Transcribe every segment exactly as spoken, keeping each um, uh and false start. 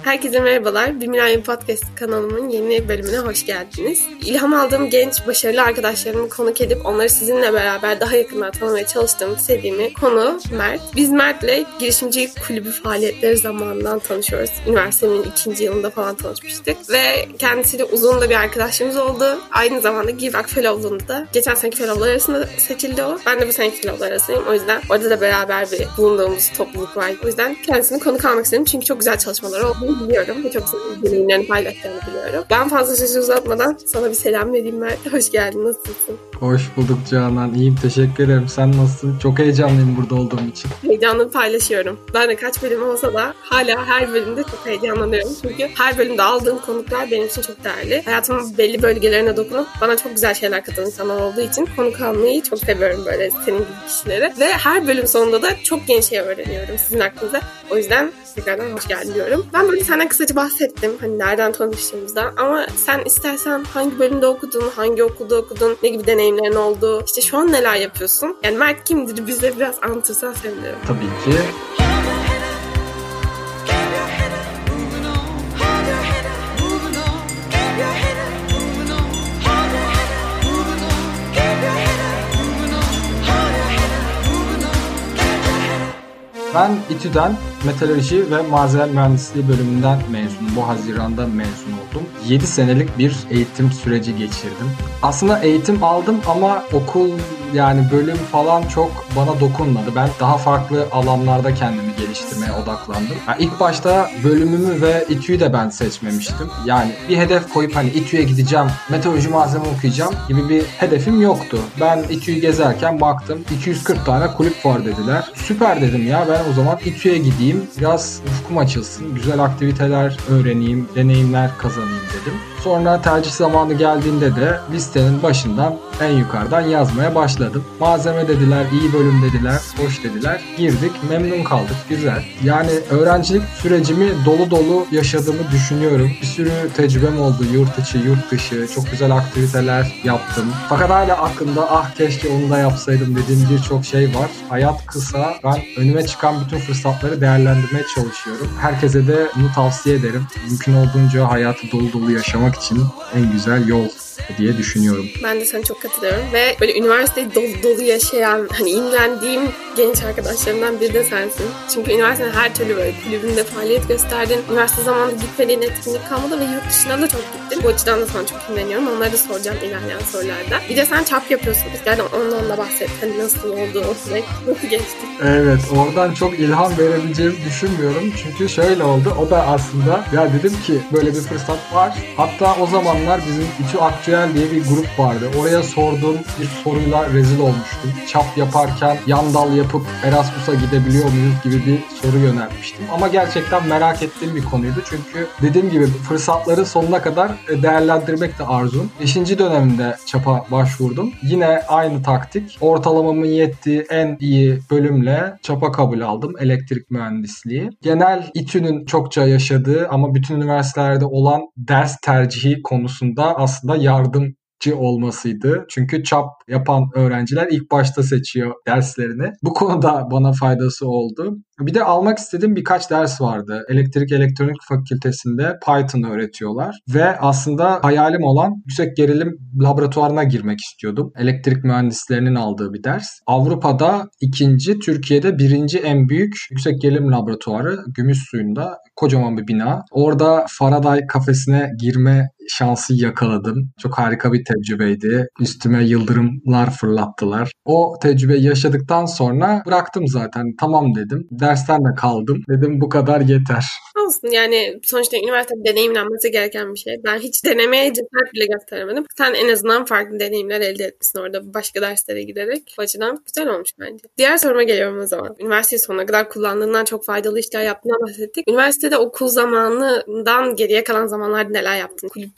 Herkese merhabalar. Bir Millennium Podcast kanalımın yeni bölümüne hoş geldiniz. İlham aldığım genç, başarılı arkadaşlarımı konuk edip onları sizinle beraber daha yakından tanımaya çalıştığım serimi konu Mert. Biz Mert'le girişimcilik kulübü faaliyetleri zamanından tanışıyoruz. Üniversitenin ikinci yılında falan tanışmıştık. Ve kendisiyle uzun da bir arkadaşlığımız oldu. Aynı zamanda Give Back Fellow'luğunda da geçen seneki fellow'lar arasında seçildi o. Ben de bu seneki fellow'lar arasındayım. O yüzden orada da beraber bir bulunduğumuz topluluk var. O yüzden kendisini konuk almak istedim. Çünkü çok güzel çalışmaları olduğunu biliyorum ve çok güzel deneyimlerini paylaşacağını biliyorum. Ben fazla sözü uzatmadan sana bir selam vereyim Mert. Hoş geldin. Nasılsın? Hoş bulduk Canan. İyiyim. Teşekkür ederim. Sen nasılsın? Çok heyecanlıyım burada olduğum için. Heyecanımı paylaşıyorum. Ben de kaç bölüm olsa da hala her bölümde çok heyecanlanıyorum. Çünkü her bölümde aldığım konuklar benim için çok değerli. Hayatımın belli bölgelerine dokunup bana çok güzel şeyler katan insanlar olduğu için konuk almayı çok seviyorum böyle senin gibi kişilere. Ve her bölüm sonunda da çok yeni şey öğreniyorum sizin hakkınızda. O yüzden tekrardan hoş geldin diyorum. Ben böyle senden kısaca bahsettim. Hani nereden tanıştığımızdan. Ama sen istersen hangi bölümde okudun, hangi okulda okudun, ne gibi deneyimlerin oldu, işte şu an neler yapıyorsun? Yani Mert kimdir? Bize biraz anlatırsan sevinirim. Tabii ki. Ben İTÜ'den metalurji ve malzeme mühendisliği bölümünden mezunum. Bu Haziran'da mezun oldum. yedi senelik bir eğitim süreci geçirdim. Aslında eğitim aldım ama okul yani bölüm falan çok bana dokunmadı. Ben daha farklı alanlarda kendimi geliştirmeye odaklandım. Yani ilk başta bölümümü ve İTÜ'yü de ben seçmemiştim. Yani bir hedef koyup hani İTÜ'ye gideceğim, metalurji malzeme okuyacağım gibi bir hedefim yoktu. Ben İTÜ'yü gezerken baktım iki yüz kırk tane kulüp var dediler. Süper dedim ya, ben o zaman İTÜ'ye gideyim. Biraz ufkum açılsın, güzel aktiviteler öğreneyim, deneyimler kazanayım dedim. Sonra tercih zamanı geldiğinde de listenin başından en yukarıdan yazmaya başladım. Malzeme dediler, iyi bölüm dediler, hoş dediler. Girdik, memnun kaldık, güzel. Yani öğrencilik sürecimi dolu dolu yaşadığımı düşünüyorum. Bir sürü tecrübem oldu, yurt içi, yurt dışı. Çok güzel aktiviteler yaptım. Fakat hala aklımda ah keşke onu da yapsaydım dediğim birçok şey var. Hayat kısa, ben önüme çıkan bütün fırsatları değerlendirmeye çalışıyorum. Herkese de bunu tavsiye ederim. Mümkün olduğunca hayatı dolu dolu yaşamak için en güzel yol diye düşünüyorum. Ben de sana çok katılıyorum ve böyle üniversiteyi dolu dolu yaşayan, hani imrendiğim genç arkadaşlarımdan biri de sensin. Çünkü üniversitenin her türlü böyle kulübünde faaliyet gösterdin. Üniversite zamanında gitmediğin etkinlik kalmadı ve yurt dışına da çok gittin. Bu açıdan da sana çok imreniyorum. Onları da soracağım ilerleyen sorularda. Bir de sen çap yapıyorsun. Yani ondan da bahset. Hani nasıl oldu o süreç? Nasıl geçti? Evet, oradan çok ilham verebileceğimi düşünmüyorum. Çünkü şöyle oldu. O da aslında ya dedim ki böyle bir fırsat var. Hatta o zamanlar bizim İTÜ Aktüel diye bir grup vardı. Oraya sorduğum bir soruyla rezil olmuştum. Çap yaparken yan dal yapıp Erasmus'a gidebiliyor muyuz gibi bir soru yöneltmiştim. Ama gerçekten merak ettiğim bir konuydu. Çünkü dediğim gibi fırsatları sonuna kadar değerlendirmek de arzum. Beşinci döneminde çapa başvurdum. Yine aynı taktik. Ortalamamın yettiği en iyi bölümle çapa kabul aldım. Elektrik mühendisliği. Genel İTÜ'nün çokça yaşadığı ama bütün üniversitelerde olan ders tercihi konusunda aslında yardım olmasıydı. Çünkü çap yapan öğrenciler ilk başta seçiyor derslerini. Bu konuda bana faydası oldu. Bir de almak istediğim birkaç ders vardı. Elektrik Elektronik Fakültesinde Python öğretiyorlar. Ve aslında hayalim olan yüksek gerilim laboratuvarına girmek istiyordum. Elektrik mühendislerinin aldığı bir ders. Avrupa'da ikinci, Türkiye'de birinci en büyük yüksek gerilim laboratuvarı Gümüşsuyu'nda. Kocaman bir bina. Orada Faraday kafesine girme şansı yakaladım. Çok harika bir tecrübeydi. Üstüme yıldırımlar fırlattılar. O tecrübeyi yaşadıktan sonra bıraktım zaten. Tamam dedim. Dersten de kaldım. Dedim bu kadar yeter. Olsun yani sonuçta üniversitede deneyimlenmesi gereken bir şey. Ben hiç denemeye cesaret bile gösteremedim. Sen en azından farklı deneyimler elde etmişsin orada başka derslere giderek. Bu açıdan güzel olmuş bence. Diğer soruma geliyorum o zaman. Üniversiteyi sonuna kadar kullandığından, çok faydalı işler yaptığından bahsettik. Üniversitede okul zamanından geriye kalan zamanlarda neler yaptın? Kulüp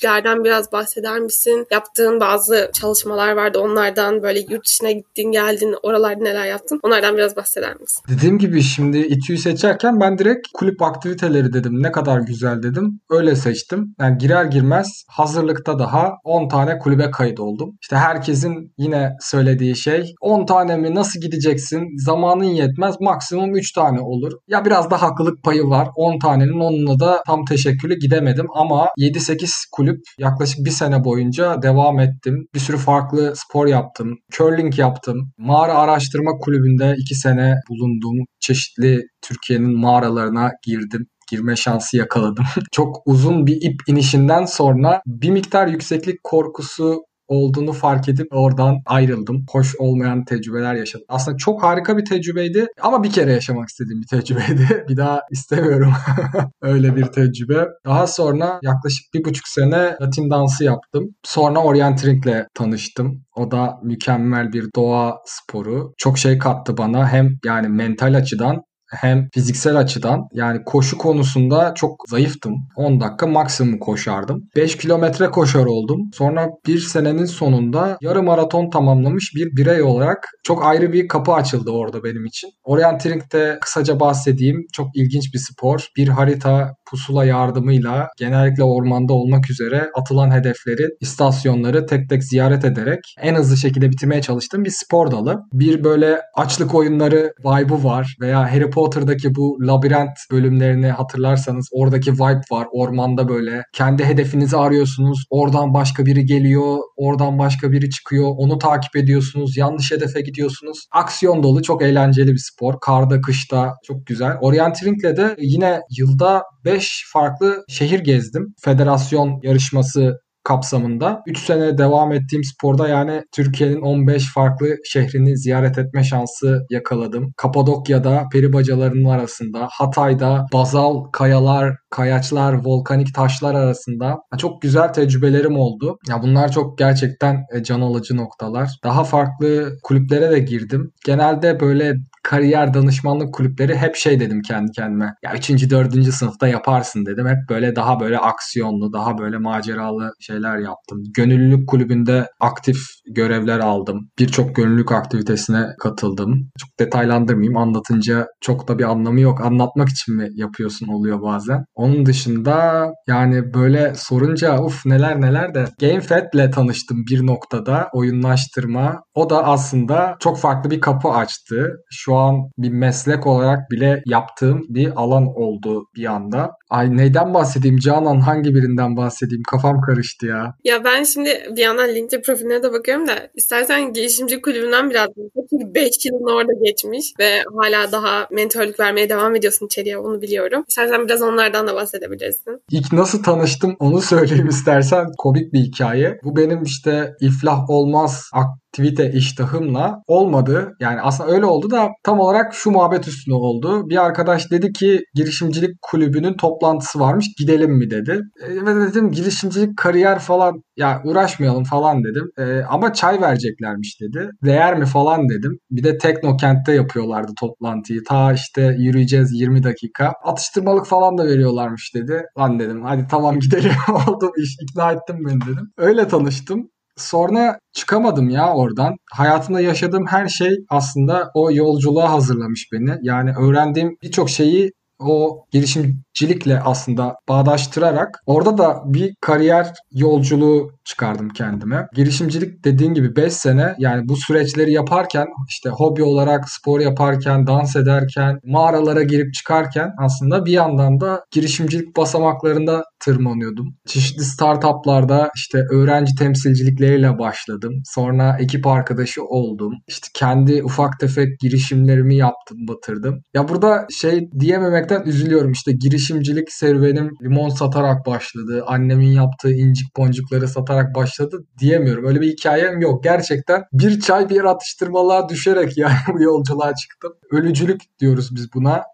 kulüplerden biraz bahseder misin? Yaptığın bazı çalışmalar vardı. Onlardan böyle yurt dışına gittin, geldin, oralarda neler yaptın? Onlardan biraz bahseder misin? Dediğim gibi şimdi İTÜ'yü seçerken ben direkt kulüp aktiviteleri dedim. Ne kadar güzel dedim. Öyle seçtim. Yani girer girmez hazırlıkta daha on tane kulübe kayıt oldum. İşte herkesin yine söylediği şey on tane mi, nasıl gideceksin? Zamanın yetmez, maksimum üç tane olur. Ya biraz da haklılık payı var. on tanenin onunla da tam teşekküllü gidemedim ama yedi sekiz kulüp yaklaşık bir sene boyunca devam ettim. Bir sürü farklı spor yaptım. Curling yaptım. Mağara Araştırma Kulübü'nde iki sene bulundum. Çeşitli Türkiye'nin mağaralarına girdim. Girme şansı yakaladım. Çok uzun bir ip inişinden sonra bir miktar yükseklik korkusu olduğunu fark edip oradan ayrıldım. Hoş olmayan tecrübeler yaşadım. Aslında çok harika bir tecrübeydi ama bir kere yaşamak istediğim bir tecrübeydi. Bir daha istemiyorum öyle bir tecrübe. Daha sonra yaklaşık bir buçuk sene Latin dansı yaptım. Sonra orienteering'le tanıştım. O da mükemmel bir doğa sporu. Çok şey kattı bana, hem yani mental açıdan hem fiziksel açıdan. Yani koşu konusunda çok zayıftım. on dakika maksimum koşardım. beş kilometre koşar oldum. Sonra bir senenin sonunda yarım maraton tamamlamış bir birey olarak çok ayrı bir kapı açıldı orada benim için. Orienteering'de kısaca bahsedeyim. Çok ilginç bir spor. Bir harita, pusula yardımıyla genellikle ormanda olmak üzere atılan hedefleri, istasyonları tek tek ziyaret ederek en hızlı şekilde bitirmeye çalıştığım bir spor dalı. Bir böyle açlık oyunları vibe'ı var veya Harry Potter'daki bu labirent bölümlerini hatırlarsanız oradaki vibe var. Ormanda böyle kendi hedefinizi arıyorsunuz. Oradan başka biri geliyor. Oradan başka biri çıkıyor. Onu takip ediyorsunuz. Yanlış hedefe gidiyorsunuz. Aksiyon dolu, çok eğlenceli bir spor. Karda, kışta çok güzel. Orienteering'le de yine yılda beş farklı şehir gezdim. Federasyon yarışması kapsamında. üç sene devam ettiğim sporda yani Türkiye'nin on beş farklı şehrini ziyaret etme şansı yakaladım. Kapadokya'da peri bacalarının arasında, Hatay'da bazal kayalar, kayaçlar, volkanik taşlar arasında çok güzel tecrübelerim oldu. Ya bunlar çok gerçekten can alıcı noktalar. Daha farklı kulüplere de girdim. Genelde böyle kariyer danışmanlık kulüpleri hep şey dedim kendi kendime. Ya üçüncü dördüncü sınıfta yaparsın dedim. Hep böyle daha böyle aksiyonlu, daha böyle maceralı şeyler yaptım. Gönüllülük kulübünde aktif görevler aldım. Birçok gönüllülük aktivitesine katıldım. Çok detaylandırmayayım. Anlatınca çok da bir anlamı yok. Anlatmak için mi yapıyorsun oluyor bazen. Onun dışında yani böyle sorunca uf neler neler de GameFed'le tanıştım bir noktada. Oyunlaştırma. O da aslında çok farklı bir kapı açtı. Şu an bir meslek olarak bile yaptığım bir alan oldu bir anda. Ay neyden bahsedeyim Canan, hangi birinden bahsedeyim, kafam karıştı ya. Ya ben şimdi bir yandan LinkedIn profiline de bakıyorum da istersen girişimci kulübünden biraz bahset. Çünkü beş yılın orada geçmiş ve hala daha mentörlük vermeye devam ediyorsun içeriye, onu biliyorum. İstersen biraz onlardan da bahsedebilirsin. İlk nasıl tanıştım onu söyleyeyim istersen. Komik bir hikaye. Bu benim işte iflah olmaz aktivite iştahımla olmadı. Yani aslında öyle oldu da tam olarak şu muhabbet üstüne oldu. Bir arkadaş dedi ki girişimcilik kulübünün toplantısı varmış, gidelim mi dedi. E, ve dedim girişimcilik kariyer falan ya uğraşmayalım falan dedim. E, ama çay vereceklermiş dedi. Değer mi falan dedim. Bir de Teknokent'te yapıyorlardı toplantıyı. Ta işte yürüyeceğiz yirmi dakika. Atıştırmalık falan da veriyorlarmış dedi. Lan dedim hadi tamam gidelim. Oldu bu iş, ikna ettim beni dedim. Öyle tanıştım. Sonra çıkamadım ya oradan. Hayatımda yaşadığım her şey aslında o yolculuğa hazırlamış beni. Yani öğrendiğim birçok şeyi o girişimcilikle aslında bağdaştırarak orada da bir kariyer yolculuğu çıkardım kendime. Girişimcilik dediğin gibi beş sene, yani bu süreçleri yaparken işte hobi olarak spor yaparken, dans ederken, mağaralara girip çıkarken aslında bir yandan da girişimcilik basamaklarında tırmanıyordum. Çeşitli startuplarda işte öğrenci temsilcilikleriyle başladım. Sonra ekip arkadaşı oldum. İşte kendi ufak tefek girişimlerimi yaptım, batırdım. Ya burada şey diyememekten üzülüyorum. İşte girişimcilik serüvenim limon satarak başladı. Annemin yaptığı incik boncukları satarak başladı diyemiyorum. Öyle bir hikayem yok. Gerçekten bir çay bir atıştırmalığa düşerek yani bu yolculuğa çıktım. Ölücülük diyoruz biz buna.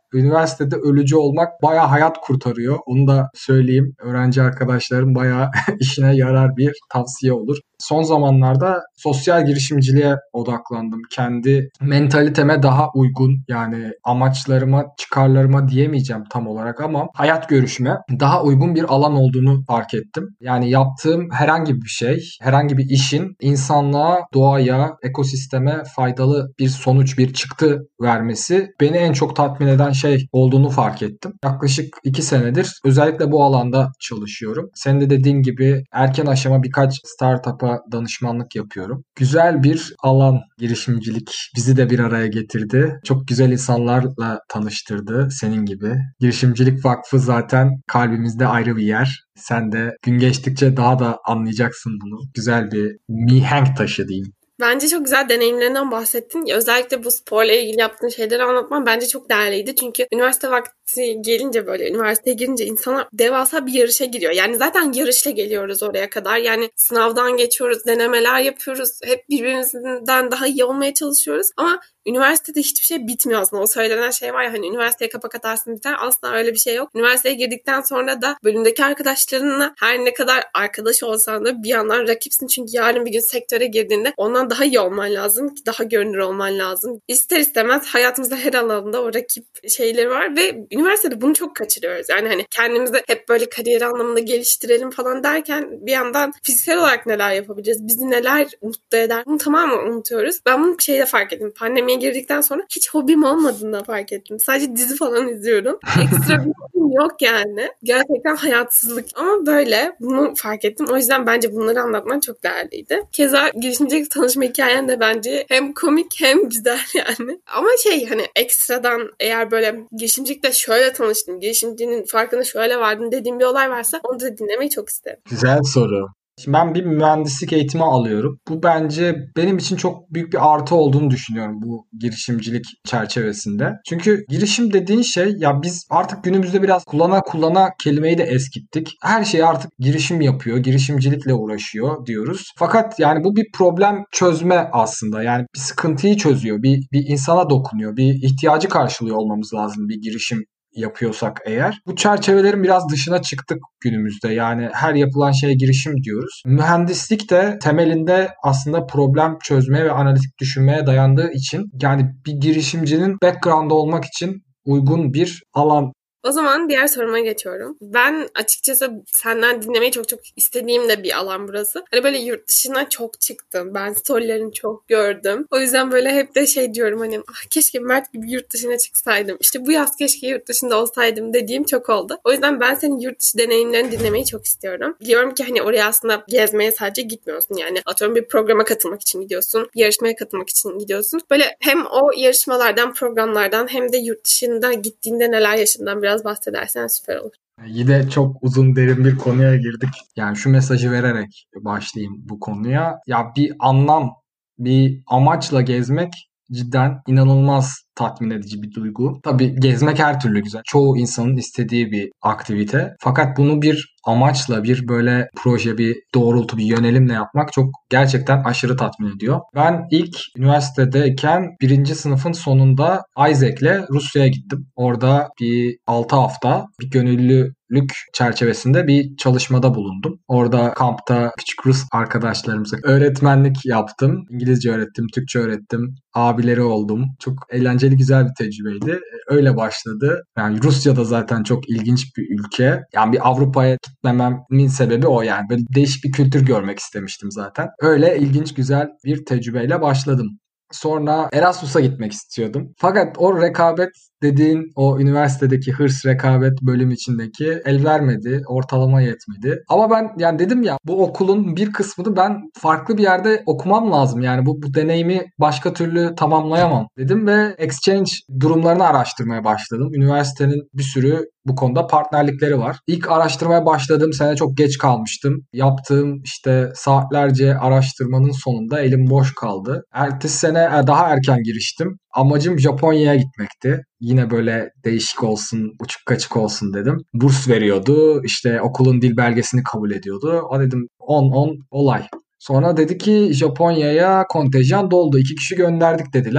üniversitede ölücü olmak bayağı hayat kurtarıyor. Onu da söyleyeyim. Öğrenci arkadaşlarım bayağı işine yarar bir tavsiye olur. Son zamanlarda sosyal girişimciliğe odaklandım. Kendi mentaliteme daha uygun, yani amaçlarıma, çıkarlarıma diyemeyeceğim tam olarak ama hayat görüşüme daha uygun bir alan olduğunu fark ettim. Yani yaptığım herhangi bir şey, herhangi bir işin insanlığa, doğaya, ekosisteme faydalı bir sonuç, bir çıktı vermesi beni en çok tatmin eden şey olduğunu fark ettim. Yaklaşık iki senedir özellikle bu alanda çalışıyorum. Senin de dediğin gibi erken aşama birkaç startup'a danışmanlık yapıyorum. Güzel bir alan girişimcilik, bizi de bir araya getirdi. Çok güzel insanlarla tanıştırdı senin gibi. Girişimcilik Vakfı zaten kalbimizde ayrı bir yer. Sen de gün geçtikçe daha da anlayacaksın bunu. Güzel bir mihenk taşı diyeyim. Bence çok güzel deneyimlerinden bahsettin. Özellikle bu sporla ilgili yaptığın şeyleri anlatman bence çok değerliydi. Çünkü üniversite vakti gelince, böyle üniversiteye girince insanlar devasa bir yarışa giriyor. Yani zaten yarışla geliyoruz oraya kadar. Yani sınavdan geçiyoruz, denemeler yapıyoruz. Hep birbirimizden daha iyi olmaya çalışıyoruz. Ama üniversitede hiçbir şey bitmiyor aslında. O söylenen şey var ya, hani üniversiteye kapak atarsın biter. Asla öyle bir şey yok. Üniversiteye girdikten sonra da bölümdeki arkadaşlarınla her ne kadar arkadaş olsan da bir yandan rakipsin. Çünkü yarın bir gün sektöre girdiğinde ondan daha iyi olman lazım. Daha görünür olman lazım. İster istemez hayatımızda her alanında o rakip şeyleri var ve üniversitede bunu çok kaçırıyoruz. Yani hani kendimizi hep böyle kariyer anlamında geliştirelim falan derken bir yandan fiziksel olarak neler yapabiliriz? Bizi neler mutlu eder? Bunu tamamen unutuyoruz. Ben bunu şeyde fark ettim. Pandemiye girdikten sonra hiç hobim olmadığını da fark ettim. Sadece dizi falan izliyorum. Ekstra bir hobim yok yani. Gerçekten hayatsızlık. Ama böyle bunu fark ettim. O yüzden bence bunları anlatman çok değerliydi. Keza girişimcilik tanışma hikayen de bence hem komik hem güzel yani. Ama şey, hani ekstradan eğer böyle girişimcilikle şöyle tanıştım, girişimcinin farkına şöyle vardım dediğim bir olay varsa onu da dinlemeyi çok isterim. Güzel soru. Şimdi ben bir mühendislik eğitimi alıyorum. Bu bence benim için çok büyük bir artı olduğunu düşünüyorum bu girişimcilik çerçevesinde. Çünkü girişim dediğin şey, ya biz artık günümüzde biraz kullana kullana kelimeyi de eskittik. Her şey artık girişim yapıyor, girişimcilikle uğraşıyor diyoruz. Fakat yani bu bir problem çözme aslında. Yani bir sıkıntıyı çözüyor, bir, bir insana dokunuyor, bir ihtiyacı karşılıyor olmamız lazım bir girişim yapıyorsak eğer. Bu çerçevelerin biraz dışına çıktık günümüzde. Yani her yapılan şeye girişim diyoruz. Mühendislik de temelinde aslında problem çözmeye ve analitik düşünmeye dayandığı için, yani bir girişimcinin background'da olmak için uygun bir alan. O zaman diğer soruma geçiyorum. Ben açıkçası senden dinlemeyi çok çok istediğim de bir alan burası. Hani böyle yurt dışına çok çıktım. Ben storylerini çok gördüm. O yüzden böyle hep de şey diyorum, hani ah, keşke Mert gibi yurt dışına çıksaydım. İşte bu yaz keşke yurt dışında olsaydım dediğim çok oldu. O yüzden ben senin yurt dışı deneyimlerini dinlemeyi çok istiyorum. Biliyorum ki hani oraya aslında gezmeye sadece gitmiyorsun. Yani atıyorum bir programa katılmak için gidiyorsun. Bir yarışmaya katılmak için gidiyorsun. Böyle hem o yarışmalardan, programlardan hem de yurt dışında gittiğinde neler yaşadığından biraz biraz bahsedersen süper olur. Yine çok uzun derin bir konuya girdik. Yani şu mesajı vererek başlayayım bu konuya. Ya bir anlam, bir amaçla gezmek cidden inanılmaz tatmin edici bir duygu. Tabii gezmek her türlü güzel. Çoğu insanın istediği bir aktivite. Fakat bunu bir amaçla, bir böyle proje, bir doğrultu, bir yönelimle yapmak çok gerçekten aşırı tatmin ediyor. Ben ilk üniversitedeyken birinci sınıfın sonunda Isaac'le Rusya'ya gittim. Orada bir altı hafta bir gönüllülük çerçevesinde bir çalışmada bulundum. Orada kampta küçük Rus arkadaşlarımıza öğretmenlik yaptım. İngilizce öğrettim, Türkçe öğrettim. Abileri oldum. Çok eğlenceli, güzel bir tecrübeydi. Öyle başladı. Yani Rusya da zaten çok ilginç bir ülke. Yani bir Avrupa'ya gitmememin sebebi o yani. Böyle değişik bir kültür görmek istemiştim zaten. Öyle ilginç, güzel bir tecrübeyle başladım. Sonra Erasmus'a gitmek istiyordum. Fakat o rekabet dediğin, o üniversitedeki hırs, rekabet bölüm içindeki el vermedi. Ortalama yetmedi. Ama ben yani dedim ya, bu okulun bir kısmını ben farklı bir yerde okumam lazım. Yani bu, bu deneyimi başka türlü tamamlayamam dedim ve exchange durumlarını araştırmaya başladım. Üniversitenin bir sürü bu konuda partnerlikleri var. İlk araştırmaya başladığım sene çok geç kalmıştım. Yaptığım işte saatlerce araştırmanın sonunda elim boş kaldı. Ertesi sene daha erken giriştim. Amacım Japonya'ya gitmekti. Yine böyle değişik olsun, uçuk kaçık olsun dedim. Burs veriyordu. İşte okulun dil belgesini kabul ediyordu. O dedim on on olay. Sonra dedi ki Japonya'ya kontenjan doldu. İki kişi gönderdik dediler.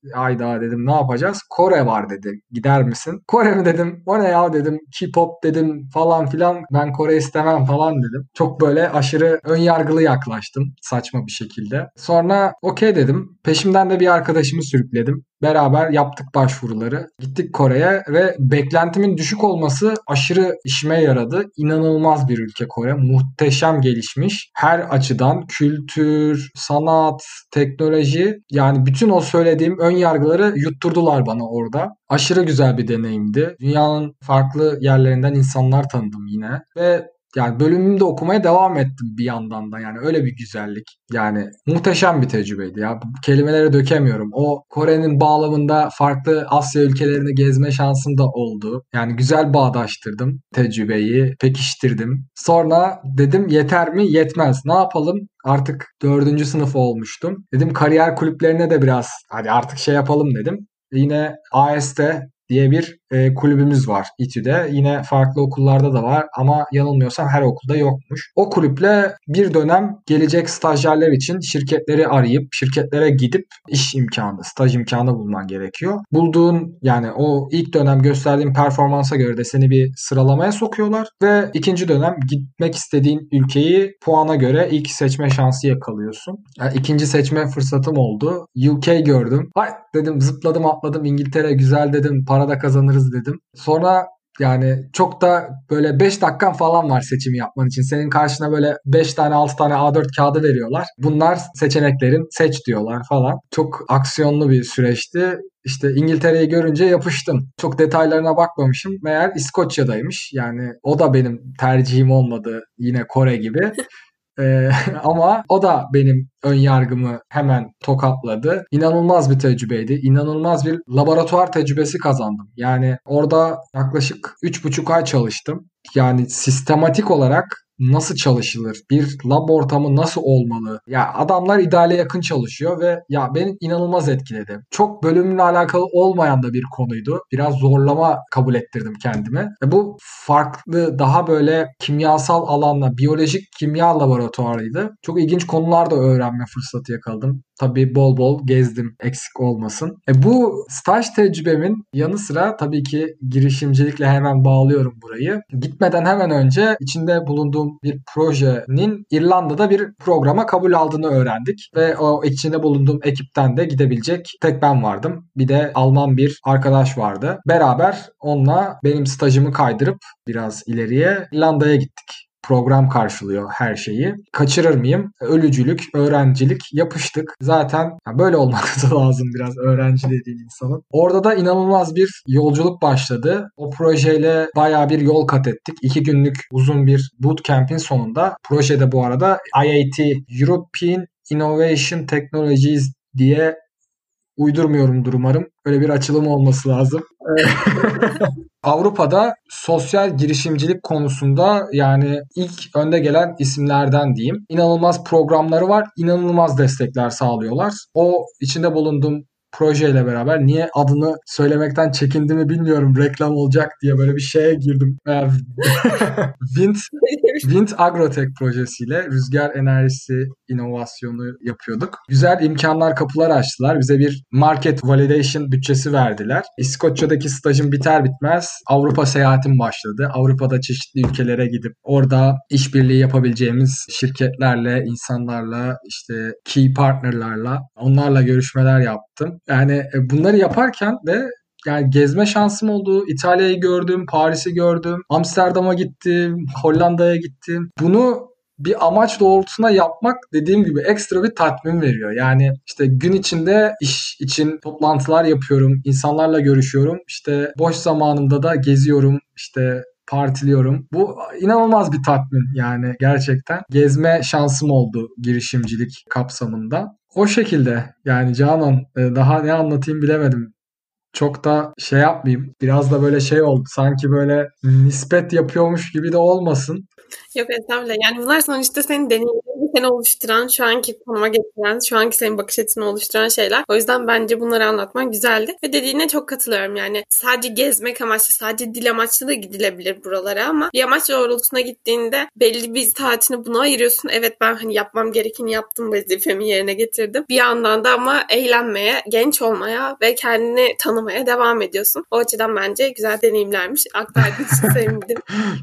Ayda dedim ne yapacağız? Kore var dedi. Gider misin? Kore mi dedim. O ne ya dedim. K-pop dedim falan filan. Ben Kore istemem falan dedim. Çok böyle aşırı ön yargılı yaklaştım. Saçma bir şekilde. Sonra okey dedim. Peşimden de bir arkadaşımı sürükledim. Beraber yaptık başvuruları. Gittik Kore'ye ve beklentimin düşük olması aşırı işime yaradı. İnanılmaz bir ülke Kore. Muhteşem gelişmiş. Her açıdan kültür, sanat, teknoloji, yani bütün o söylediğim ön yargıları yutturdular bana orada. Aşırı güzel bir deneyimdi. Dünyanın farklı yerlerinden insanlar tanıdım yine ve yani bölümümde de okumaya devam ettim bir yandan da, yani öyle bir güzellik. Yani muhteşem bir tecrübeydi ya. Kelimelere dökemiyorum. O Kore'nin bağlamında farklı Asya ülkelerini gezme şansım da oldu. Yani güzel bağdaştırdım tecrübeyi, pekiştirdim. Sonra dedim yeter mi? Yetmez. Ne yapalım? Artık dördüncü sınıf olmuştum. Dedim kariyer kulüplerine de biraz hadi artık şey yapalım dedim. Yine A S T diye bir e, kulübümüz var İTÜ'de. Yine farklı okullarda da var ama yanılmıyorsam her okulda yokmuş. O kulüple bir dönem gelecek stajyerler için şirketleri arayıp şirketlere gidip iş imkanı, staj imkanı bulman gerekiyor. Bulduğun, yani o ilk dönem gösterdiğin performansa göre de seni bir sıralamaya sokuyorlar ve ikinci dönem gitmek istediğin ülkeyi puana göre ilk seçme şansı yakalıyorsun. Yani ikinci seçme fırsatım oldu. U K gördüm. Hay dedim, zıpladım atladım, İngiltere güzel dedim, para da kazanırız dedim. Sonra yani çok da böyle beş dakikan falan var seçimi yapman için. Senin karşına böyle beş tane altı tane A dört kağıdı veriyorlar. Bunlar seçeneklerin, seç diyorlar falan. Çok aksiyonlu bir süreçti. İşte İngiltere'yi görünce yapıştım. Çok detaylarına bakmamışım. Meğer İskoçya'daymış. Yani o da benim tercihim olmadı, yine Kore gibi. Ee, ama o da benim ön yargımı hemen tokatladı. İnanılmaz bir tecrübeydi. İnanılmaz bir laboratuvar tecrübesi kazandım. Yani orada yaklaşık üç buçuk ay çalıştım. Yani sistematik olarak nasıl çalışılır? Bir lab ortamı nasıl olmalı? Ya adamlar ideale yakın çalışıyor ve ya beni inanılmaz etkiledi. Çok bölümle alakalı olmayan da bir konuydu. Biraz zorlama kabul ettirdim kendime. E bu farklı, daha böyle kimyasal alanla, biyolojik kimya laboratuvarıydı. Çok ilginç konular da öğrenme fırsatı yakaladım. Tabii bol bol gezdim, eksik olmasın. E bu staj tecrübemin yanı sıra tabii ki girişimcilikle hemen bağlıyorum burayı. Gitmeden hemen önce içinde bulunduğum bir projenin İrlanda'da bir programa kabul aldığını öğrendik. Ve o içinde bulunduğum ekipten de gidebilecek tek ben vardım. Bir de Alman bir arkadaş vardı. Beraber onunla benim stajımı kaydırıp biraz ileriye İrlanda'ya gittik. Program karşılıyor her şeyi. Kaçırır mıyım? Ölücülük, öğrencilik, yapıştık. Zaten böyle olması lazım biraz öğrenci dediğin insanın. Orada da inanılmaz bir yolculuk başladı. O projeyle bayağı bir yol kat ettik. İki günlük uzun bir bootcamp'in sonunda, projede bu arada I A T, European Innovation Technologies diye uydurmuyorumdur umarım. Öyle bir açılım olması lazım. Avrupa'da sosyal girişimcilik konusunda yani ilk önde gelen isimlerden diyeyim. İnanılmaz programları var, inanılmaz destekler sağlıyorlar. O içinde bulunduğum projeyle beraber, niye adını söylemekten çekindiğimi bilmiyorum, reklam olacak diye böyle bir şeye girdim. Wind, Wind Agrotech projesiyle rüzgar enerjisi inovasyonu yapıyorduk. Güzel imkanlar, kapılar açtılar. Bize bir market validation bütçesi verdiler. İskoçya'daki stajım biter bitmez Avrupa seyahatim başladı. Avrupa'da çeşitli ülkelere gidip orada işbirliği yapabileceğimiz şirketlerle, insanlarla, işte key partnerlarla, onlarla görüşmeler yaptım. Yani bunları yaparken de yani gezme şansım oldu. İtalya'yı gördüm, Paris'i gördüm, Amsterdam'a gittim, Hollanda'ya gittim. Bunu bir amaç doğrultusunda yapmak, dediğim gibi, ekstra bir tatmin veriyor. Yani işte gün içinde iş için toplantılar yapıyorum, insanlarla görüşüyorum. İşte boş zamanımda da geziyorum, işte partiliyorum. Bu inanılmaz bir tatmin yani, gerçekten. Gezme şansım oldu girişimcilik kapsamında. O şekilde yani Canan, daha ne anlatayım bilemedim. çok da şey yapmayayım. Biraz da böyle şey oldu. Sanki böyle nispet yapıyormuş gibi de olmasın. Yok estağfurullah. Yani bunlar sonuçta senin deneyimlerini seni oluşturan, şu anki konuma getiren, şu anki senin bakış açısını oluşturan şeyler. O yüzden bence bunları anlatman güzeldi. Ve dediğine çok katılıyorum. Yani sadece gezmek amaçlı, sadece dil amaçlı da gidilebilir buralara ama bir amaç doğrultusuna gittiğinde belli bir saatini buna ayırıyorsun. Evet, ben hani yapmam gerekeni yaptım, vazifemi yerine getirdim. Bir yandan da ama eğlenmeye, genç olmaya ve kendini tanımaya devam ediyorsun. O açıdan bence güzel deneyimlermiş. Aktardığın için sevindim.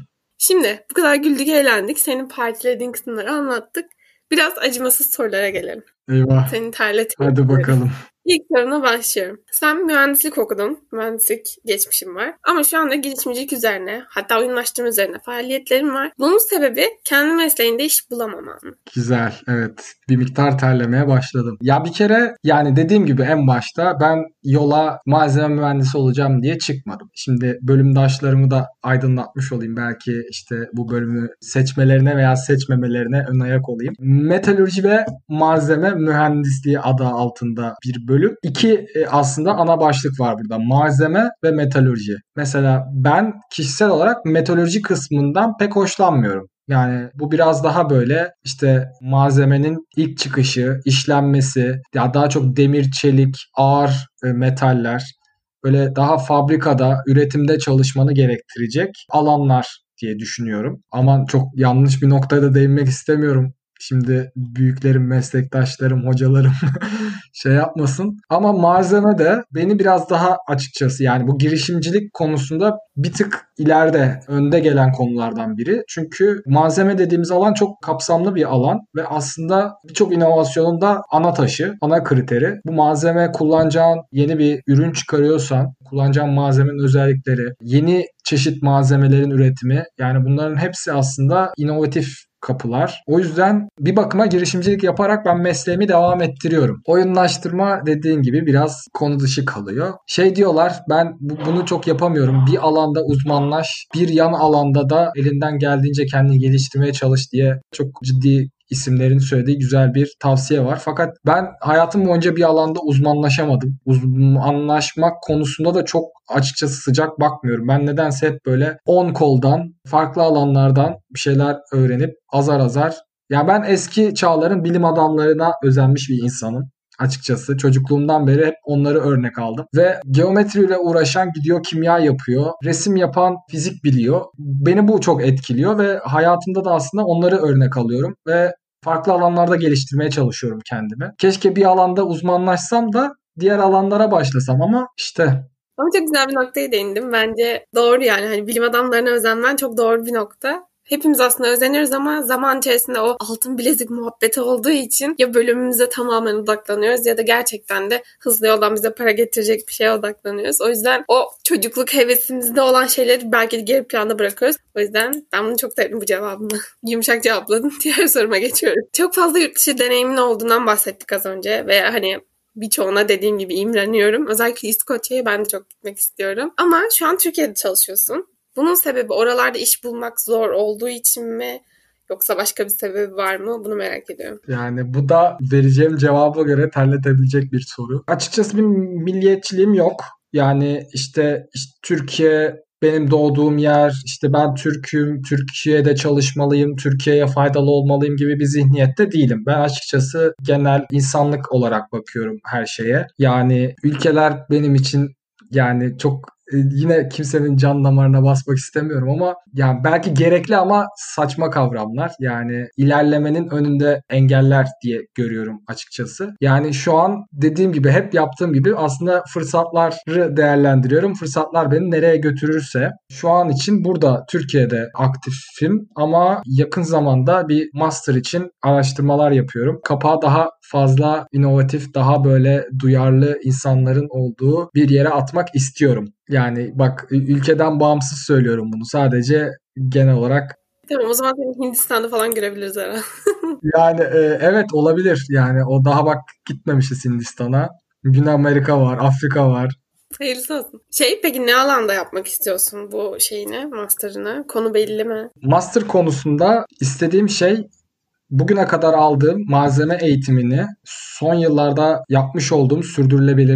Şimdi bu kadar güldük, eğlendik. Senin partilediğin kısımları anlattık. Biraz acımasız sorulara gelelim. Eyvah. Seni terletmek Hadi istiyorum. bakalım. İlk soruna başlıyorum. Sen mühendislik okudun. Mühendislik geçmişin var. Ama şu anda girişimcilik üzerine, hatta oyunlaştırma üzerine faaliyetlerin var. Bunun sebebi kendi mesleğinde iş bulamaman mı? Güzel. Evet. Bir miktar terlemeye başladım. Ya bir kere yani dediğim gibi en başta ben yola malzeme mühendisi olacağım diye çıkmadım. Şimdi bölümdaşlarımı da aydınlatmış olayım. Belki işte bu bölümü seçmelerine veya seçmemelerine ön ayak olayım. Metalürji ve malzeme mühendisliği adı altında bir bölüm. İki e, aslında ana başlık var burada. Malzeme ve metalürji. Mesela ben kişisel olarak metalürji kısmından pek hoşlanmıyorum. Yani bu biraz daha böyle işte malzemenin ilk çıkışı, işlenmesi, ya daha çok demir, çelik, ağır e, metaller, böyle daha fabrikada, üretimde çalışmanı gerektirecek alanlar diye düşünüyorum. Ama çok yanlış bir noktaya da değinmek istemiyorum. Şimdi büyüklerim, meslektaşlarım, hocalarım şey yapmasın. Ama malzeme de beni biraz daha açıkçası yani bu girişimcilik konusunda bir tık ileride, önde gelen konulardan biri. Çünkü malzeme dediğimiz alan çok kapsamlı bir alan ve aslında birçok inovasyonun da ana taşı, ana kriteri. Bu malzeme kullanacağın yeni bir ürün çıkarıyorsan, kullanacağın malzemenin özellikleri, yeni çeşit malzemelerin üretimi, yani bunların hepsi aslında inovatif kapılar. O yüzden bir bakıma girişimcilik yaparak ben mesleğimi devam ettiriyorum. Oyunlaştırma dediğin gibi biraz konu dışı kalıyor. Şey diyorlar, ben bu, bunu çok yapamıyorum. Bir alanda uzmanlaş, bir yan alanda da elinden geldiğince kendini geliştirmeye çalış diye çok ciddi isimlerin söylediği güzel bir tavsiye var. Fakat ben hayatım boyunca bir alanda uzmanlaşamadım. Uzmanlaşmak konusunda da çok açıkçası sıcak bakmıyorum. Ben nedense hep böyle on koldan, farklı alanlardan bir şeyler öğrenip azar azar. Ya ben eski çağların bilim adamlarına özenmiş bir insanım. Açıkçası çocukluğumdan beri hep onları örnek aldım. Ve geometriyle uğraşan gidiyor kimya yapıyor. Resim yapan fizik biliyor. Beni bu çok etkiliyor ve hayatımda da aslında onları örnek alıyorum. Ve farklı alanlarda geliştirmeye çalışıyorum kendimi. Keşke bir alanda uzmanlaşsam da diğer alanlara başlasam ama işte. Ama çok güzel bir noktaya değindim. Bence doğru yani. Hani bilim adamlarına özenmen çok doğru bir nokta. Hepimiz aslında özeniyoruz ama zaman içerisinde o altın bilezik muhabbeti olduğu için ya bölümümüze tamamen odaklanıyoruz ya da gerçekten de hızlı yoldan bize para getirecek bir şeye odaklanıyoruz. O yüzden o çocukluk hevesimizde olan şeyleri belki de geri planda bırakıyoruz. O yüzden ben bunu çok sevdim bu cevabını. Yumuşak cevapladın. Diğer soruma geçiyorum. Çok fazla yurt dışı deneyimin olduğundan bahsettik az önce ve hani birçoğuna dediğim gibi imreniyorum. Özellikle İskoçya'ya ben de çok gitmek istiyorum. Ama şu an Türkiye'de çalışıyorsun. Bunun sebebi oralarda iş bulmak zor olduğu için mi? Yoksa başka bir sebebi var mı? Bunu merak ediyorum. Yani bu da vereceğim cevaba göre terletebilecek bir soru. Açıkçası bir milliyetçiliğim yok. Yani işte, işte Türkiye benim doğduğum yer, işte ben Türk'üm, Türkiye'de çalışmalıyım, Türkiye'ye faydalı olmalıyım gibi bir zihniyette değilim. Ben açıkçası genel insanlık olarak bakıyorum her şeye. Yani ülkeler benim için yani çok yine kimsenin can damarına basmak istemiyorum ama yani belki gerekli ama saçma kavramlar. Yani ilerlemenin önünde engeller diye görüyorum açıkçası. Yani şu an dediğim gibi hep yaptığım gibi aslında fırsatları değerlendiriyorum. Fırsatlar beni nereye götürürse. Şu an için burada Türkiye'de aktifim ama yakın zamanda bir master için araştırmalar yapıyorum. Kapağı daha fazla inovatif, daha böyle duyarlı insanların olduğu bir yere atmak istiyorum. Yani bak ülkeden bağımsız söylüyorum bunu. Sadece genel olarak. Tamam, o zaman seni Hindistan'da falan görebiliriz herhalde. Yani e, evet olabilir. Yani o daha bak gitmemişiz Hindistan'a. Güney Amerika var, Afrika var. Hayırlısı olsun. Şey peki ne alanda yapmak istiyorsun bu şeyini, master'ını? Konu belli mi? Master konusunda istediğim şey bugüne kadar aldığım malzeme eğitimini son yıllarda yapmış olduğum sürdürülebilirlik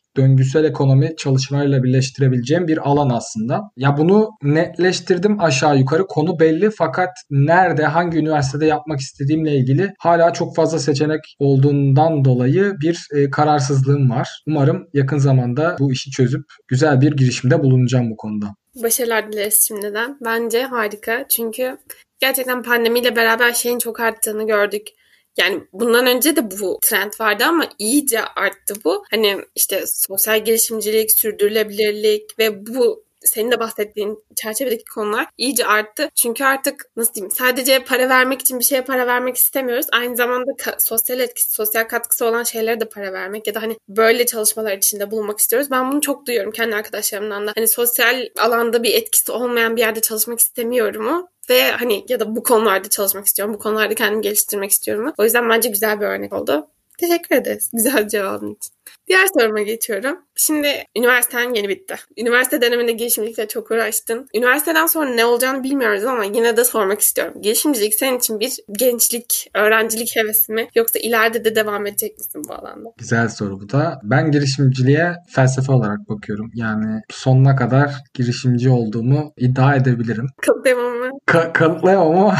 döngüsel ekonomi çalışmalarıyla birleştirebileceğim bir alan aslında. Ya bunu netleştirdim aşağı yukarı. Konu belli fakat nerede, hangi üniversitede yapmak istediğimle ilgili hala çok fazla seçenek olduğundan dolayı bir e, kararsızlığım var. Umarım yakın zamanda bu işi çözüp güzel bir girişimde bulunacağım bu konuda. Başarılar dileriz şimdiden. Bence harika. Çünkü gerçekten pandemiyle beraber şeyin çok arttığını gördük. Yani bundan önce de bu trend vardı ama iyice arttı bu. Hani işte sosyal girişimcilik, sürdürülebilirlik ve bu senin de bahsettiğin çerçevedeki konular iyice arttı. Çünkü artık nasıl diyeyim, sadece para vermek için bir şeye para vermek istemiyoruz. Aynı zamanda ka- sosyal etkisi, sosyal katkısı olan şeylere de para vermek ya da hani böyle çalışmalar içinde bulunmak istiyoruz. Ben bunu çok duyuyorum kendi arkadaşlarımdan da. Hani sosyal alanda bir etkisi olmayan bir yerde çalışmak istemiyorum mu? Ve hani ya da bu konularda çalışmak istiyorum. Bu konularda kendimi geliştirmek istiyorum. O yüzden bence güzel bir örnek oldu. Teşekkür ederiz güzel cevabın için. Diğer soruma geçiyorum. Şimdi üniversiten yeni bitti. Üniversite döneminde girişimcilikle çok uğraştın. Üniversiteden sonra ne olacağını bilmiyoruz ama yine de sormak istiyorum. Girişimcilik senin için bir gençlik, öğrencilik hevesi mi? Yoksa ileride de devam edecek misin bu alanda? Güzel soru bu da. Ben girişimciliğe felsefe olarak bakıyorum. Yani sonuna kadar girişimci olduğumu iddia edebilirim. Kanıtlayamam mı? Ka- kanıtlayamam ama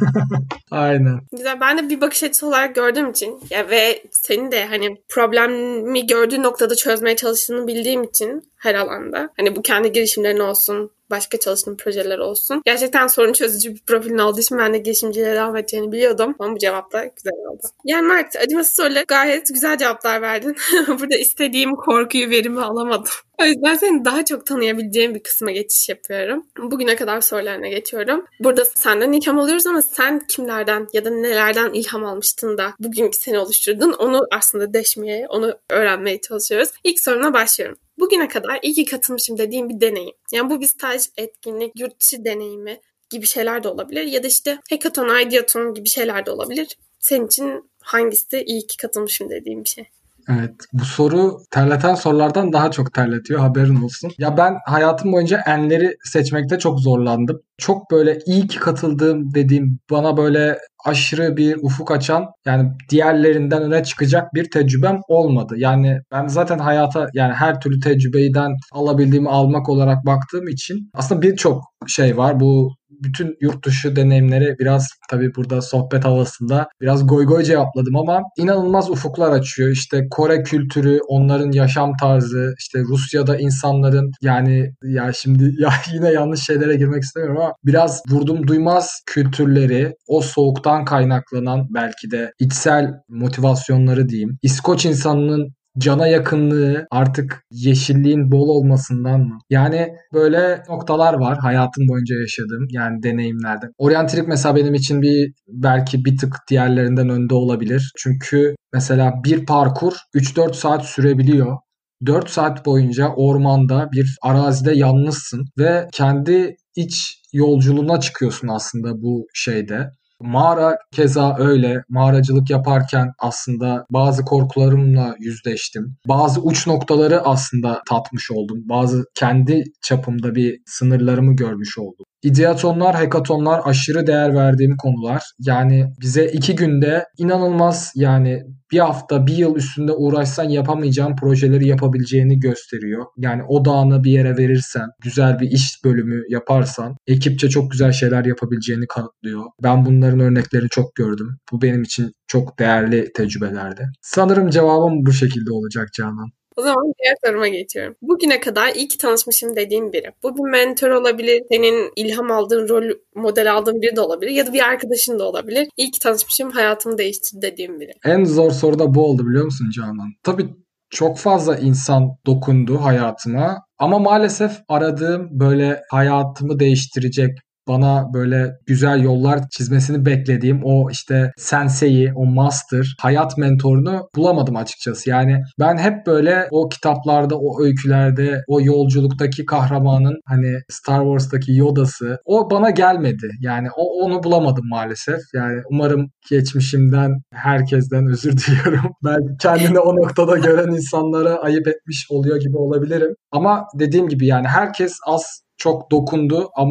aynen. Güzel. Ben de bir bakış açısı olarak gördüğüm için ya ve senin de hani problemi gördüğü noktada çözmeye çalıştığını bildiğim için her alanda. Hani bu kendi girişimlerin olsun, başka çalıştığım projeler olsun. Gerçekten sorun çözücü bir profilin olduğu için ben de girişimciliğe devam edeceğini biliyordum. Ama bu cevap da güzel oldu. Yani Mert, acımasız sorular gayet güzel cevaplar verdin. Burada istediğim korkuyu, verimi alamadım. O yüzden seni daha çok tanıyabileceğim bir kısma geçiş yapıyorum. Bugüne kadar sorularına geçiyorum. Burada senden ilham alıyoruz ama sen kimlerden ya da nelerden ilham almıştın da bugünkü seni oluşturdun? Onu aslında deşmeye, onu öğrenmeye çalışıyoruz. İlk soruna başlıyorum. Bugüne kadar iyi ki katılmışım dediğim bir deneyim. Yani bu bir staj, etkinlik, yurt dışı deneyimi gibi şeyler de olabilir. Ya da işte hackathon, ideathon gibi şeyler de olabilir. Senin için hangisi iyi ki katılmışım dediğim bir şey? Evet, bu soru terleten sorulardan daha çok terletiyor, haberin olsun. Ya ben hayatım boyunca enleri seçmekte çok zorlandım. Çok böyle iyi ki katıldığım dediğim, bana böyle aşırı bir ufuk açan, yani diğerlerinden öne çıkacak bir tecrübem olmadı. Yani ben zaten hayata, yani her türlü tecrübeden alabildiğimi almak olarak baktığım için aslında birçok şey var. Bu bütün yurt dışı deneyimleri biraz tabii burada sohbet havasında biraz goy goy cevapladım ama inanılmaz ufuklar açıyor. İşte Kore kültürü, onların yaşam tarzı, işte Rusya'da insanların, yani ya şimdi ya yine yanlış şeylere girmek istemiyorum ama biraz vurdum duymaz kültürleri, o soğuktan kaynaklanan belki de içsel motivasyonları diyeyim. İskoç insanının cana yakınlığı, artık yeşilliğin bol olmasından mı? Yani böyle noktalar var hayatım boyunca yaşadığım, yani deneyimlerden. Oryantilik mesela benim için bir belki bir tık diğerlerinden önde olabilir. Çünkü mesela bir parkur üç dört saat sürebiliyor. dört saat boyunca ormanda bir arazide yalnızsın ve kendi iç yolculuğuna çıkıyorsun aslında bu şeyde. Mağara keza öyle. Mağaracılık yaparken aslında bazı korkularımla yüzleştim. Bazı uç noktaları aslında tatmış oldum. Bazı kendi çapımda bir sınırlarımı görmüş oldum. İdeatonlar, hackathonlar aşırı değer verdiğim konular. Yani bize iki günde inanılmaz, yani bir hafta, bir yıl üstünde uğraşsan yapamayacağın projeleri yapabileceğini gösteriyor. Yani odağını bir yere verirsen, güzel bir iş bölümü yaparsan, ekipçe çok güzel şeyler yapabileceğini kanıtlıyor. Ben bunların örneklerini çok gördüm. Bu benim için çok değerli tecrübelerdi. Sanırım cevabım bu şekilde olacak Canan. O zaman diğer soruma geçiyorum. Bugüne kadar iyi ki tanışmışım dediğin biri. Bu bir mentor olabilir, senin ilham aldığın, rol model aldığın biri de olabilir ya da bir arkadaşın da olabilir. İyi ki tanışmışım, hayatımı değiştirdi dediğim biri. En zor soru da bu oldu, biliyor musun Canan? Tabii çok fazla insan dokundu hayatıma ama maalesef aradığım böyle hayatımı değiştirecek, bana böyle güzel yollar çizmesini beklediğim o işte sensei'yi, o master, hayat mentorunu bulamadım açıkçası. Yani ben hep böyle o kitaplarda, o öykülerde, o yolculuktaki kahramanın, hani Star Wars'taki Yoda'sı, o bana gelmedi. Yani o onu bulamadım maalesef. Yani umarım geçmişimden herkesten özür diliyorum. Ben kendini o noktada gören insanlara ayıp etmiş oluyor gibi olabilirim. Ama dediğim gibi yani herkes az çok dokundu ama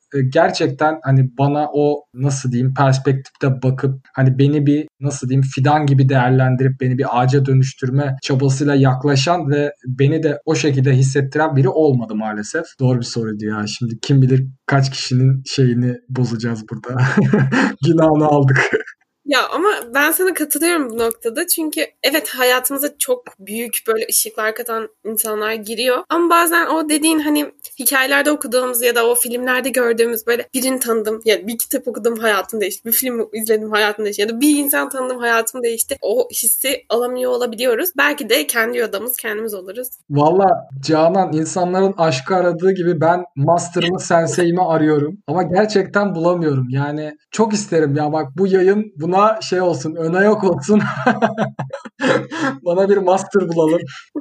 e, gerçekten hani bana o nasıl diyeyim perspektifte bakıp hani beni bir nasıl diyeyim fidan gibi değerlendirip beni bir ağaca dönüştürme çabasıyla yaklaşan ve beni de o şekilde hissettiren biri olmadı maalesef. Doğru bir soruydu ya. Şimdi kim bilir kaç kişinin şeyini bozacağız burada. Günahını aldık. Ya ama ben sana katılıyorum bu noktada. Çünkü evet hayatımıza çok büyük böyle ışıklar katan insanlar giriyor. Ama bazen o dediğin hani hikayelerde okuduğumuz ya da o filmlerde gördüğümüz böyle birini tanıdım ya bir kitap okudum hayatım değişti. Bir film izledim hayatım değişti. Ya da bir insan tanıdım hayatım değişti. O hissi alamıyor olabiliyoruz. Belki de kendi yodamız kendimiz oluruz. Valla Canan insanların aşkı aradığı gibi ben master'ımı sensei'mi arıyorum. Ama gerçekten bulamıyorum. Yani çok isterim ya bak bu yayın buna şey olsun, öne yok olsun. Bana bir master bulalım.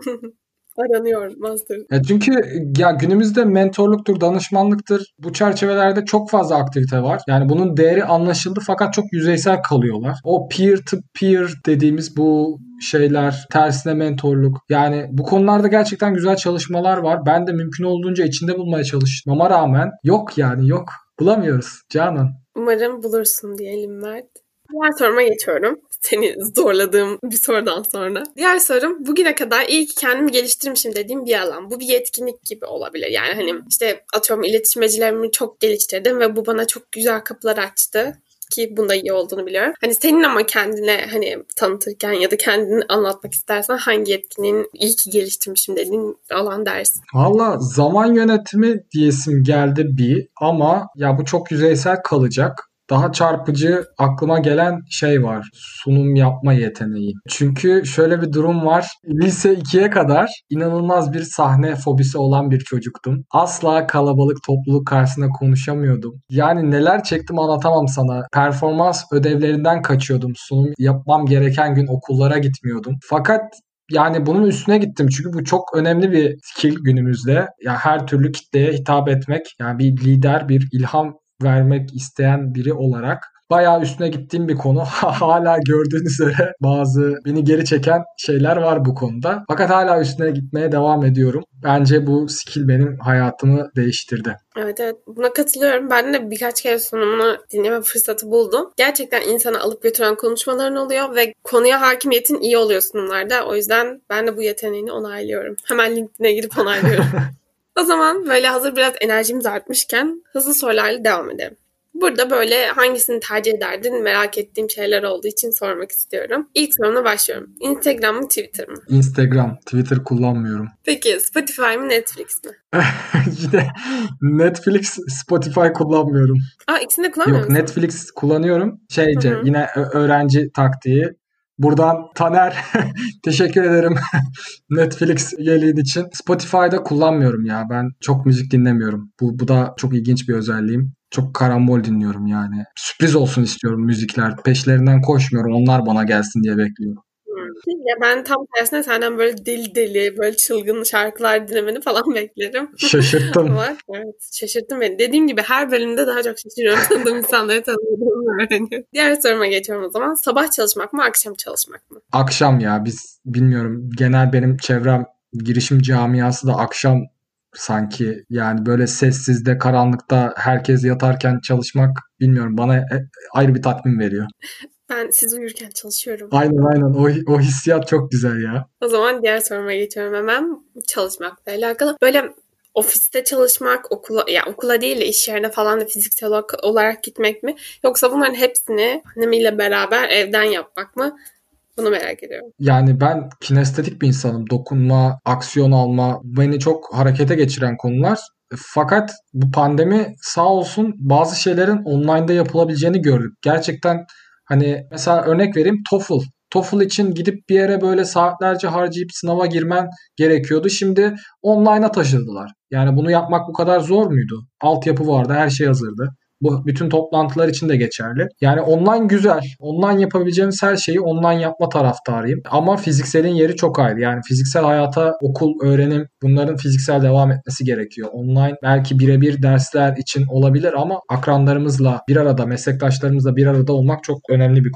Aranıyor master. Ya çünkü ya günümüzde mentorluktur, danışmanlıktır. Bu çerçevelerde çok fazla aktivite var. Yani bunun değeri anlaşıldı fakat çok yüzeysel kalıyorlar. O peer to peer dediğimiz bu şeyler, tersine mentorluk. Yani bu konularda gerçekten güzel çalışmalar var. Ben de mümkün olduğunca içinde bulmaya çalışmama rağmen yok yani yok. Bulamıyoruz Canan. Umarım bulursun diyelim Mert. Diğer soruma geçiyorum. Seni zorladığım bir sorudan sonra. Diğer sorum bugüne kadar iyi ki kendimi geliştirmişim dediğim bir alan. Bu bir yetkinlik gibi olabilir. Yani hani işte atıyorum iletişim becerilerimi çok geliştirdim ve bu bana çok güzel kapılar açtı. Ki bunda iyi olduğunu biliyorum. Hani senin ama kendine hani tanıtırken ya da kendini anlatmak istersen hangi yetkinliğin iyi ki geliştirmişim dediğin alan dersin? Valla zaman yönetimi diyesim geldi bir ama ya bu çok yüzeysel kalacak. Daha çarpıcı aklıma gelen şey var. Sunum yapma yeteneği. Çünkü şöyle bir durum var. Lise ikiye kadar inanılmaz bir sahne fobisi olan bir çocuktum. Asla kalabalık topluluk karşısında konuşamıyordum. Yani neler çektim anlatamam sana. Performans ödevlerinden kaçıyordum. Sunum yapmam gereken gün okullara gitmiyordum. Fakat yani bunun üstüne gittim çünkü bu çok önemli bir skill günümüzde. Ya her türlü kitleye hitap etmek, yani bir lider, bir ilham vermek isteyen biri olarak bayağı üstüne gittiğim bir konu. Hala gördüğünüz üzere bazı beni geri çeken şeyler var bu konuda. Fakat hala üstüne gitmeye devam ediyorum. Bence bu skill benim hayatımı değiştirdi. Evet evet buna katılıyorum. Ben de birkaç kere sunumunu dinleme fırsatı buldum. Gerçekten insanı alıp götüren konuşmaların oluyor ve konuya hakimiyetin iyi oluyor sunumlarda. O yüzden ben de bu yeteneğini onaylıyorum. Hemen LinkedIn'e girip onaylıyorum. O zaman böyle hazır biraz enerjimiz artmışken hızlı sorularla devam edelim. Burada böyle hangisini tercih ederdin merak ettiğim şeyler olduğu için sormak istiyorum. İlk sorumla başlıyorum. Instagram mı Twitter mı? Instagram, Twitter kullanmıyorum. Peki Spotify mı Netflix mi? Yine Netflix, Spotify kullanmıyorum. Aa ikisini de kullanmıyor Yok musun? Netflix kullanıyorum. Şeyce Hı hı. yine ö- öğrenci taktiği. Buradan Taner teşekkür ederim Netflix üyeliğin için. Spotify'da kullanmıyorum ya. Ben çok müzik dinlemiyorum. Bu, bu da çok ilginç bir özelliğim. Çok karambol dinliyorum yani. Sürpriz olsun istiyorum müzikler. Peşlerinden koşmuyorum. Onlar bana gelsin diye bekliyorum. Ya ben tam tersine senden böyle deli deli, böyle çılgın şarkılar dinlemeni falan beklerim. Şaşırttım. Ama evet, şaşırttın beni. Dediğim gibi her bölümde daha çok şaşırıyorum. Tanıdığım insanları tanıdığımı öğreniyorum. Diğer soruma geçiyorum o zaman. Sabah çalışmak mı, akşam çalışmak mı? Akşam ya biz bilmiyorum. Genel benim çevrem girişim camiası da akşam sanki. Yani böyle sessizde, karanlıkta herkes yatarken çalışmak bilmiyorum bana ayrı bir tatmin veriyor. Ben siz uyurken çalışıyorum. Aynen aynen o, o hissiyat çok güzel ya. O zaman diğer soruma geçiyorum hemen. Çalışmakla alakalı. Böyle ofiste çalışmak, okula ya yani okula değil de iş yerine falan da fiziksel olarak gitmek mi? Yoksa bunların hepsini annemiyle beraber evden yapmak mı? Bunu merak ediyorum. Yani ben kinestetik bir insanım. Dokunma, aksiyon alma beni çok harekete geçiren konular. Fakat bu pandemi sağ olsun bazı şeylerin online'da yapılabileceğini gördük. Gerçekten hani mesela örnek vereyim TOEFL. TOEFL için gidip bir yere böyle saatlerce harcayıp sınava girmen gerekiyordu. Şimdi online'a taşıdılar. Yani bunu yapmak bu kadar zor muydu? Altyapı vardı, her şey hazırdı. Bu bütün toplantılar için de geçerli. Yani online güzel. Online yapabileceğimiz her şeyi online yapma taraftarıyım. Ama fizikselin yeri çok ayrı. Yani fiziksel hayata okul, öğrenim bunların fiziksel devam etmesi gerekiyor. Online belki birebir dersler için olabilir ama akranlarımızla bir arada, meslektaşlarımızla bir arada olmak çok önemli bir konu.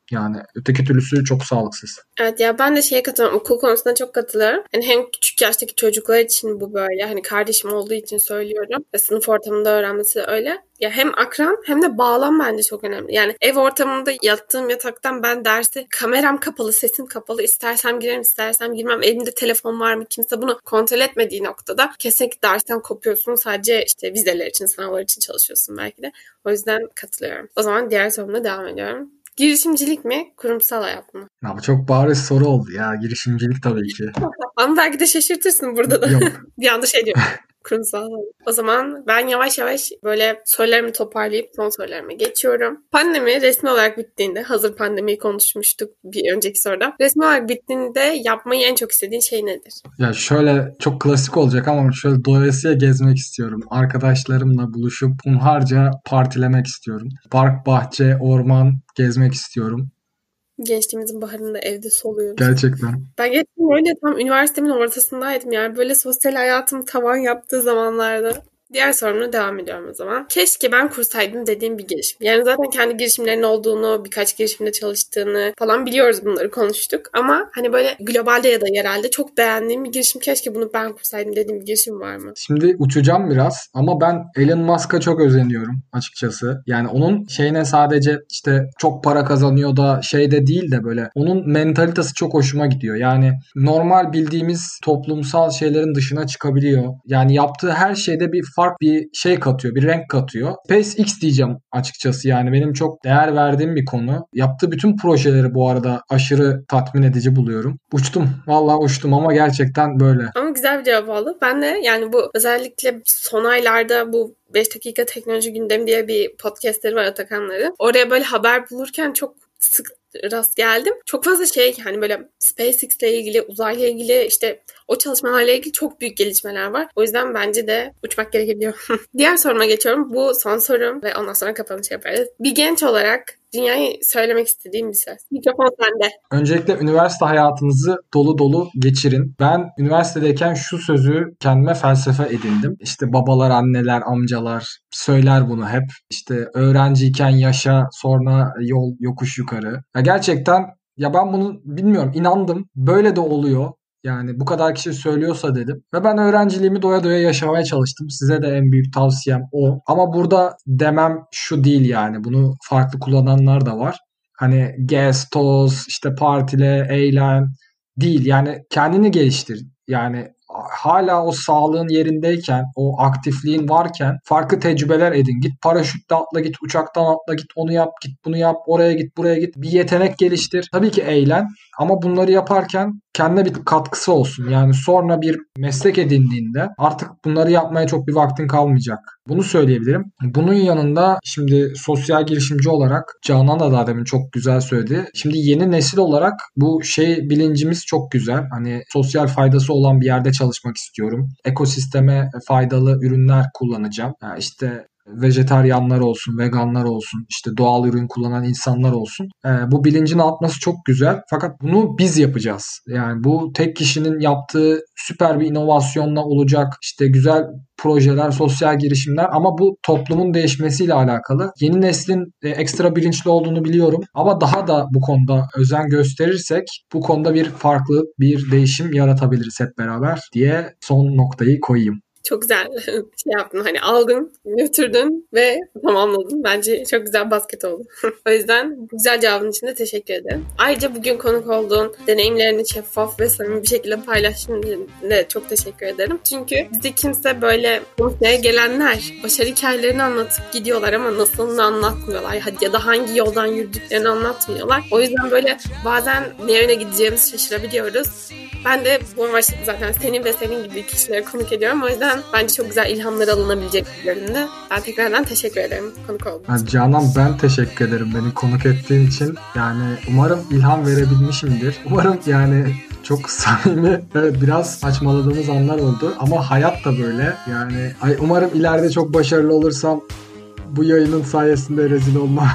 Yani öteki türlüsü çok sağlıksız. Evet ya ben de şeye katılıyorum. Okul konusunda çok katılıyorum. Yani hem küçük yaştaki çocuklar için bu böyle. Hani kardeşim olduğu için söylüyorum. Ve sınıf ortamında öğrenmesi öyle. Ya hem akran hem de bağlam bence çok önemli. Yani ev ortamında yattığım yataktan ben dersi kameram kapalı, sesim kapalı. İstersem girerim, istersem girmem. Elimde telefon var mı? Kimse bunu kontrol etmediği noktada kesinlikle dersten kopuyorsun. Sadece işte vizeler için, sınavlar için çalışıyorsun belki de. O yüzden katılıyorum. O zaman diğer sorumla devam ediyorum. Girişimcilik mi, kurumsal hayat mı? Ya bu çok bariz soru oldu ya. Girişimcilik tabii ki. Ama belki de şaşırtırsın burada da. Yok. Bir anda şey diyorum. Kurumsal. O zaman ben yavaş yavaş böyle sorularımı toparlayıp son sorularıma geçiyorum. Pandemi resmi olarak bittiğinde, hazır pandemiyi konuşmuştuk bir önceki soruda. Resmi olarak bittiğinde yapmayı en çok istediğin şey nedir? Ya şöyle çok klasik olacak ama şöyle doyasıya gezmek istiyorum. Arkadaşlarımla buluşup hunharca partilemek istiyorum. Park, bahçe, orman gezmek istiyorum. Gençliğimizin baharında evde soluyoruz. Gerçekten. Ben geçtim öyle tam üniversitemin ortasındaydım yani. Böyle sosyal hayatım tavan yaptığı zamanlarda. Diğer sorumla devam ediyorum o zaman. Keşke ben kursaydım dediğim bir girişim. Yani zaten kendi girişimlerin olduğunu, birkaç girişimde çalıştığını falan biliyoruz, bunları konuştuk. Ama hani böyle globalde ya da yerelde çok beğendiğim bir girişim, keşke bunu ben kursaydım dediğim bir girişim var mı? Şimdi uçacağım biraz ama ben Elon Musk'a çok özeniyorum açıkçası. Yani onun şeyine sadece işte çok para kazanıyor da şey de değil de böyle onun mentalitesi çok hoşuma gidiyor. Yani normal bildiğimiz toplumsal şeylerin dışına çıkabiliyor. Yani yaptığı her şeyde bir farklı bir şey katıyor, bir renk katıyor. SpaceX diyeceğim açıkçası, yani benim çok değer verdiğim bir konu. Yaptığı bütün projeleri bu arada aşırı tatmin edici buluyorum. Uçtum, vallahi uçtum ama gerçekten böyle. Ama güzel bir cevap oldu. Ben de yani bu özellikle son aylarda bu beş dakika teknoloji gündemi diye bir podcastleri var Atakanların. Oraya böyle haber bulurken çok sık rast geldim. Çok fazla şey, hani böyle SpaceX ile ilgili, uzayla ilgili, işte o çalışmalarla ilgili çok büyük gelişmeler var. O yüzden bence de uçmak gerekebiliyor. Diğer soruma geçiyorum. Bu son sorum ve ondan sonra kapanış yaparız. Bir genç olarak dünyayı söylemek istediğim bir söz. Mikrofon sende. Öncelikle üniversite hayatınızı dolu dolu geçirin. Ben üniversitedeyken şu sözü kendime felsefe edindim. İşte babalar, anneler, amcalar söyler bunu hep. İşte öğrenciyken yaşa, sonra yol yokuş yukarı. Ya gerçekten, ya ben bunu bilmiyorum, inandım. Böyle de oluyor. Yani bu kadar kişi söylüyorsa dedim. Ve ben öğrenciliğimi doya doya yaşamaya çalıştım. Size de en büyük tavsiyem o. Ama burada demem şu değil yani. Bunu farklı kullananlar da var. Hani gez, toz, işte partile, eğlen değil. Yani kendini geliştir. Yani hala o sağlığın yerindeyken, o aktifliğin varken farklı tecrübeler edin. Git paraşütle atla, git uçaktan atla, git onu yap, git bunu yap, oraya git, buraya git. Bir yetenek geliştir. Tabii ki eğlen ama bunları yaparken kendine bir katkısı olsun. Yani sonra bir meslek edindiğinde artık bunları yapmaya çok bir vaktin kalmayacak. Bunu söyleyebilirim. Bunun yanında şimdi sosyal girişimci olarak Canan da daha demin çok güzel söyledi. Şimdi yeni nesil olarak bu şey bilincimiz çok güzel. Hani sosyal faydası olan bir yerde çalışmak istiyorum. Ekosisteme faydalı ürünler kullanacağım. Yani işte vejetaryenler olsun, veganlar olsun, işte doğal ürün kullanan insanlar olsun. Ee, bu bilincin artması çok güzel. Fakat bunu biz yapacağız. Yani bu tek kişinin yaptığı süper bir inovasyonla olacak işte güzel projeler, sosyal girişimler ama bu toplumun değişmesiyle alakalı. Yeni neslin e, ekstra bilinçli olduğunu biliyorum ama daha da bu konuda özen gösterirsek bu konuda bir farklı bir değişim yaratabiliriz hep beraber diye son noktayı koyayım. Çok güzel şey yaptın, hani aldın, götürdün ve tamamladın. Bence çok güzel basket oldu. O yüzden bu güzel cevabın için de teşekkür ederim. Ayrıca bugün konuk olduğun, deneyimlerini şeffaf ve samimi bir şekilde paylaştığın için de çok teşekkür ederim. Çünkü bize kimse böyle konuşmaya gelenler başarı hikayelerini anlatıp gidiyorlar ama nasılını anlatmıyorlar ya da hangi yoldan yürüdüklerini anlatmıyorlar. O yüzden böyle bazen nereye gideceğimizi şaşırabiliyoruz. Ben de bu amaçla zaten senin ve senin gibi kişilere konuk ediyorum. O yüzden bence çok güzel ilhamlar alınabilecek bir bölümde. Ben tekrardan teşekkür ederim konuk olduğum için. Canan, ben teşekkür ederim beni konuk ettiğin için. Yani umarım ilham verebilmişimdir. Umarım yani çok samimi, evet, biraz saçmaladığımız anlar oldu. Ama hayat da böyle. Yani ay, umarım ileride çok başarılı olursam bu yayının sayesinde rezil olmam.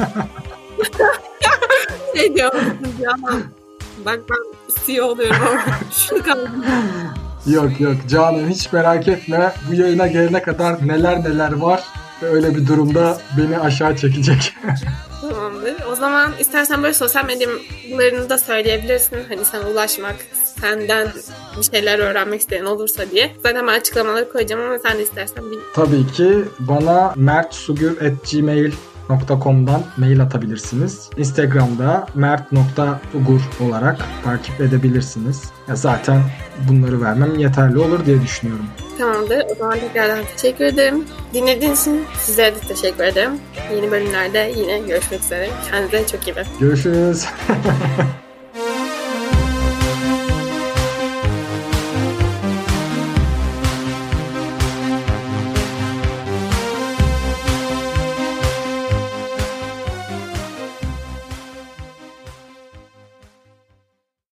Ne diyorsun Canan? Bak ben C E O oluyorum ama şunu kaldım. Yok yok Canan, hiç merak etme. Bu yayına gelene kadar neler neler var. Ve öyle bir durumda beni aşağı çekecek. Tamamdır. O zaman istersen böyle sosyal medyalarını da söyleyebilirsin. Hani sana ulaşmak, senden bir şeyler öğrenmek isteyen olursa diye. Zaten ben açıklamaları koyacağım ama sen de istersen bir... Tabii ki bana mertsugur at gmail nokta com'dan mail atabilirsiniz. Instagram'da mert nokta sugur olarak takip edebilirsiniz. Ya zaten bunları vermem yeterli olur diye düşünüyorum. Tamamdır. O zaman tekrardan teşekkür ederim. Dinlediğiniz için sizlere de teşekkür ederim. Yeni bölümlerde yine görüşmek üzere. Kendinize çok iyi bakın. Görüşürüz.